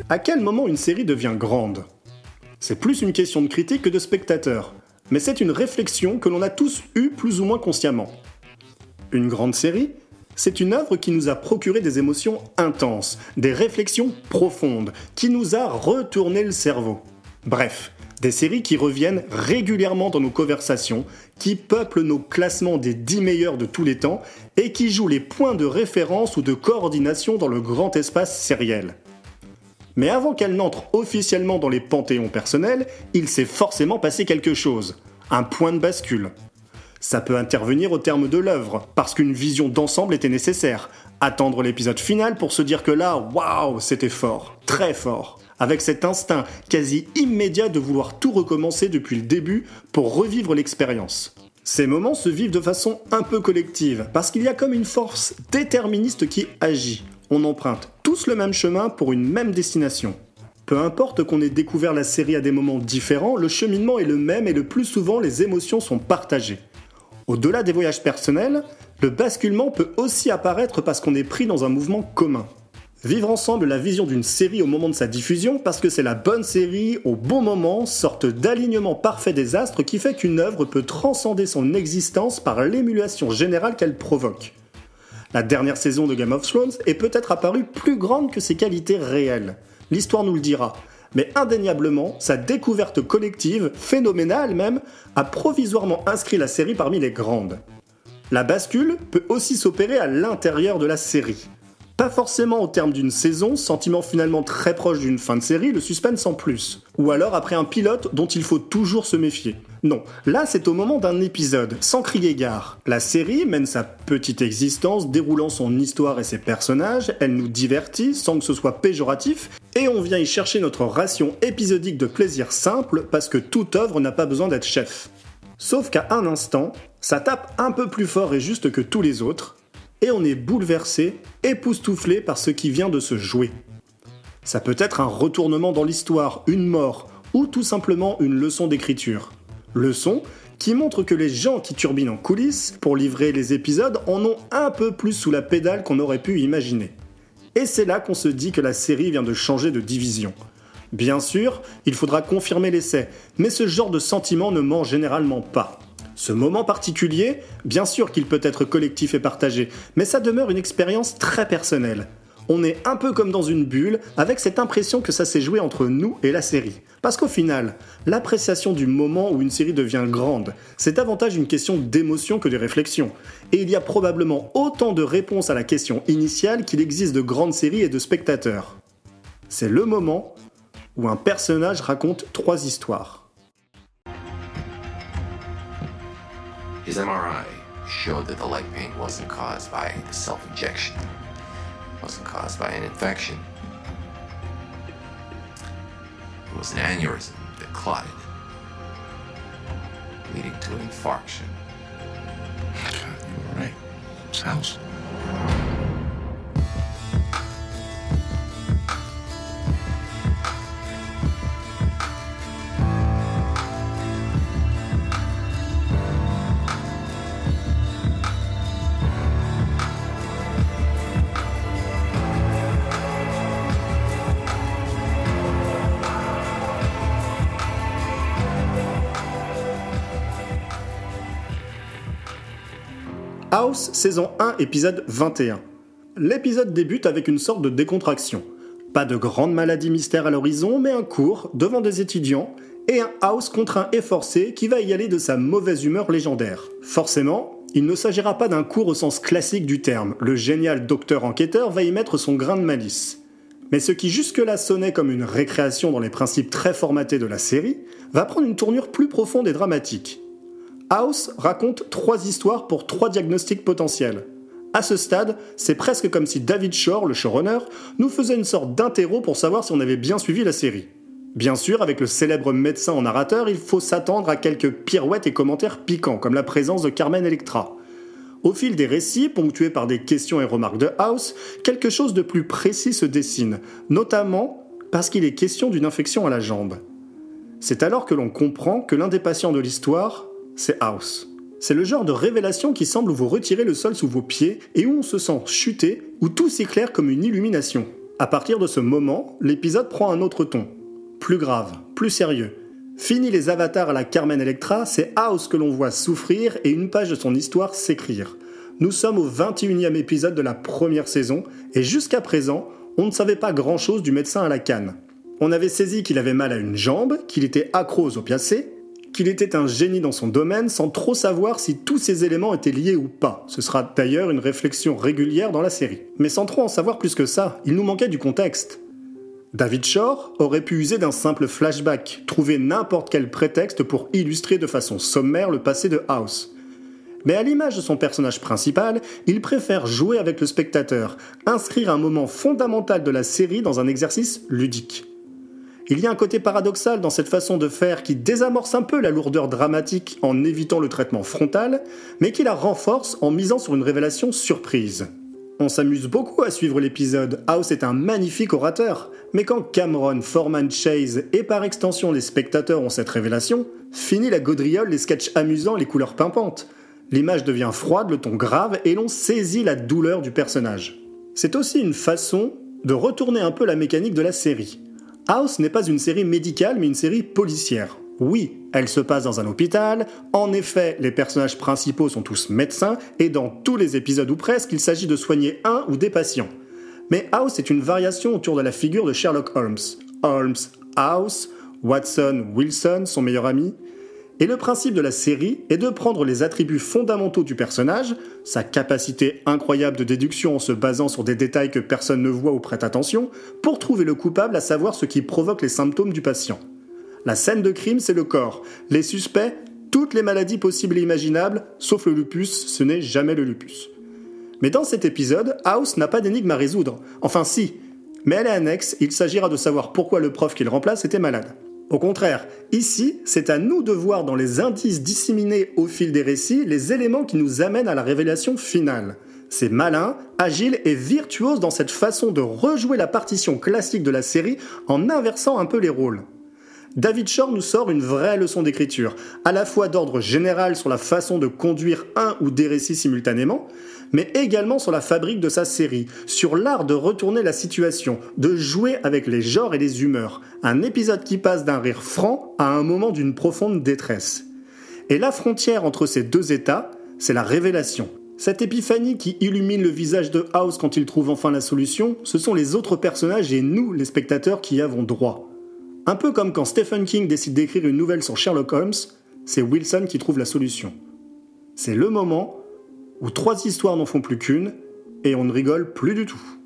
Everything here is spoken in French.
À quel moment une série devient grande ? C'est plus une question de critique que de spectateur, mais c'est une réflexion que l'on a tous eue plus ou moins consciemment. Une grande série, c'est une œuvre qui nous a procuré des émotions intenses, des réflexions profondes, qui nous a retourné le cerveau. Bref, des séries qui reviennent régulièrement dans nos conversations, qui peuplent nos classements des 10 meilleurs de tous les temps et qui jouent les points de référence ou de coordination dans le grand espace sériel. Mais avant qu'elle n'entre officiellement dans les panthéons personnels, il s'est forcément passé quelque chose, un point de bascule. Ça peut intervenir au terme de l'œuvre, parce qu'une vision d'ensemble était nécessaire. Attendre l'épisode final pour se dire que là, waouh, c'était fort, très fort. Avec cet instinct quasi immédiat de vouloir tout recommencer depuis le début pour revivre l'expérience. Ces moments se vivent de façon un peu collective, parce qu'il y a comme une force déterministe qui agit. On emprunte tous le même chemin pour une même destination. Peu importe qu'on ait découvert la série à des moments différents, le cheminement est le même et le plus souvent les émotions sont partagées. Au-delà des voyages personnels, le basculement peut aussi apparaître parce qu'on est pris dans un mouvement commun. Vivre ensemble la vision d'une série au moment de sa diffusion parce que c'est la bonne série au bon moment, sorte d'alignement parfait des astres qui fait qu'une œuvre peut transcender son existence par l'émulation générale qu'elle provoque. La dernière saison de Game of Thrones est peut-être apparue plus grande que ses qualités réelles. L'histoire nous le dira. Mais indéniablement, sa découverte collective, phénoménale même, a provisoirement inscrit la série parmi les grandes. La bascule peut aussi s'opérer à l'intérieur de la série. Pas forcément au terme d'une saison, sentiment finalement très proche d'une fin de série, le suspense en plus. Ou alors après un pilote dont il faut toujours se méfier. Non, là c'est au moment d'un épisode, sans crier gare. La série mène sa petite existence, déroulant son histoire et ses personnages, elle nous divertit sans que ce soit péjoratif, et on vient y chercher notre ration épisodique de plaisir simple parce que toute œuvre n'a pas besoin d'être chef. Sauf qu'à un instant, ça tape un peu plus fort et juste que tous les autres, et on est bouleversé, époustouflé par ce qui vient de se jouer. Ça peut être un retournement dans l'histoire, une mort, ou tout simplement une leçon d'écriture. Leçon qui montre que les gens qui turbinent en coulisses pour livrer les épisodes en ont un peu plus sous la pédale qu'on aurait pu imaginer. Et c'est là qu'on se dit que la série vient de changer de division. Bien sûr, il faudra confirmer l'essai, mais ce genre de sentiment ne ment généralement pas. Ce moment particulier, bien sûr qu'il peut être collectif et partagé, mais ça demeure une expérience très personnelle. On est un peu comme dans une bulle, avec cette impression que ça s'est joué entre nous et la série. Parce qu'au final, l'appréciation du moment où une série devient grande, c'est davantage une question d'émotion que de réflexion. Et il y a probablement autant de réponses à la question initiale qu'il existe de grandes séries et de spectateurs. C'est le moment où un personnage raconte 3 histoires. His MRI showed that the leg pain wasn't caused by self-injection. It wasn't caused by an infection. It was an aneurysm that clotted, leading to an infarction. You were right. It's House. House, saison 1, épisode 21. L'épisode débute avec une sorte de décontraction. Pas de grande maladie mystère à l'horizon, mais un cours devant des étudiants et un House contraint et forcé qui va y aller de sa mauvaise humeur légendaire. Forcément, il ne s'agira pas d'un cours au sens classique du terme. Le génial docteur enquêteur va y mettre son grain de malice. Mais ce qui jusque-là sonnait comme une récréation dans les principes très formatés de la série, va prendre une tournure plus profonde et dramatique. House raconte 3 histoires pour 3 diagnostics potentiels. À ce stade, c'est presque comme si David Shore, le showrunner, nous faisait une sorte d'interro pour savoir si on avait bien suivi la série. Bien sûr, avec le célèbre médecin en narrateur, il faut s'attendre à quelques pirouettes et commentaires piquants, comme la présence de Carmen Electra. Au fil des récits, ponctués par des questions et remarques de House, quelque chose de plus précis se dessine, notamment parce qu'il est question d'une infection à la jambe. C'est alors que l'on comprend que l'un des patients de l'histoire, c'est House. C'est le genre de révélation qui semble vous retirer le sol sous vos pieds et où on se sent chuter, où tout s'éclaire comme une illumination. À partir de ce moment, l'épisode prend un autre ton. Plus grave, plus sérieux. Fini les avatars à la Carmen Electra, c'est House que l'on voit souffrir et une page de son histoire s'écrire. Nous sommes au 21e épisode de la première saison, et jusqu'à présent, on ne savait pas grand-chose du médecin à la canne. On avait saisi qu'il avait mal à une jambe, qu'il était accro aux opiacés, qu'il était un génie dans son domaine sans trop savoir si tous ces éléments étaient liés ou pas. Ce sera d'ailleurs une réflexion régulière dans la série. Mais sans trop en savoir plus que ça, il nous manquait du contexte. David Shore aurait pu user d'un simple flashback, trouver n'importe quel prétexte pour illustrer de façon sommaire le passé de House. Mais à l'image de son personnage principal, il préfère jouer avec le spectateur, inscrire un moment fondamental de la série dans un exercice ludique. Il y a un côté paradoxal dans cette façon de faire qui désamorce un peu la lourdeur dramatique en évitant le traitement frontal, mais qui la renforce en misant sur une révélation surprise. On s'amuse beaucoup à suivre l'épisode, House est un magnifique orateur, mais quand Cameron, Foreman, Chase et par extension les spectateurs ont cette révélation, fini la gaudriole, les sketchs amusants, les couleurs pimpantes. L'image devient froide, le ton grave et l'on saisit la douleur du personnage. C'est aussi une façon de retourner un peu la mécanique de la série. House n'est pas une série médicale, mais une série policière. Oui, elle se passe dans un hôpital, en effet, les personnages principaux sont tous médecins, et dans tous les épisodes ou presque, il s'agit de soigner un ou des patients. Mais House est une variation autour de la figure de Sherlock Holmes. Holmes, House, Watson, Wilson, son meilleur ami. Et le principe de la série est de prendre les attributs fondamentaux du personnage, sa capacité incroyable de déduction en se basant sur des détails que personne ne voit ou prête attention, pour trouver le coupable, à savoir ce qui provoque les symptômes du patient. La scène de crime, c'est le corps. Les suspects, toutes les maladies possibles et imaginables, sauf le lupus, ce n'est jamais le lupus. Mais dans cet épisode, House n'a pas d'énigme à résoudre. Enfin si, mais elle est annexe, il s'agira de savoir pourquoi le prof qu'il remplace était malade. Au contraire, ici, c'est à nous de voir dans les indices disséminés au fil des récits les éléments qui nous amènent à la révélation finale. C'est malin, agile et virtuose dans cette façon de rejouer la partition classique de la série en inversant un peu les rôles. David Shore nous sort une vraie leçon d'écriture, à la fois d'ordre général sur la façon de conduire un ou des récits simultanément, mais également sur la fabrique de sa série, sur l'art de retourner la situation, de jouer avec les genres et les humeurs, un épisode qui passe d'un rire franc à un moment d'une profonde détresse. Et la frontière entre ces deux états, c'est la révélation. Cette épiphanie qui illumine le visage de House quand il trouve enfin la solution, ce sont les autres personnages et nous, les spectateurs, qui y avons droit. Un peu comme quand Stephen King décide d'écrire une nouvelle sur Sherlock Holmes, c'est Wilson qui trouve la solution. C'est le moment où 3 histoires n'en font plus qu'une, et on ne rigole plus du tout.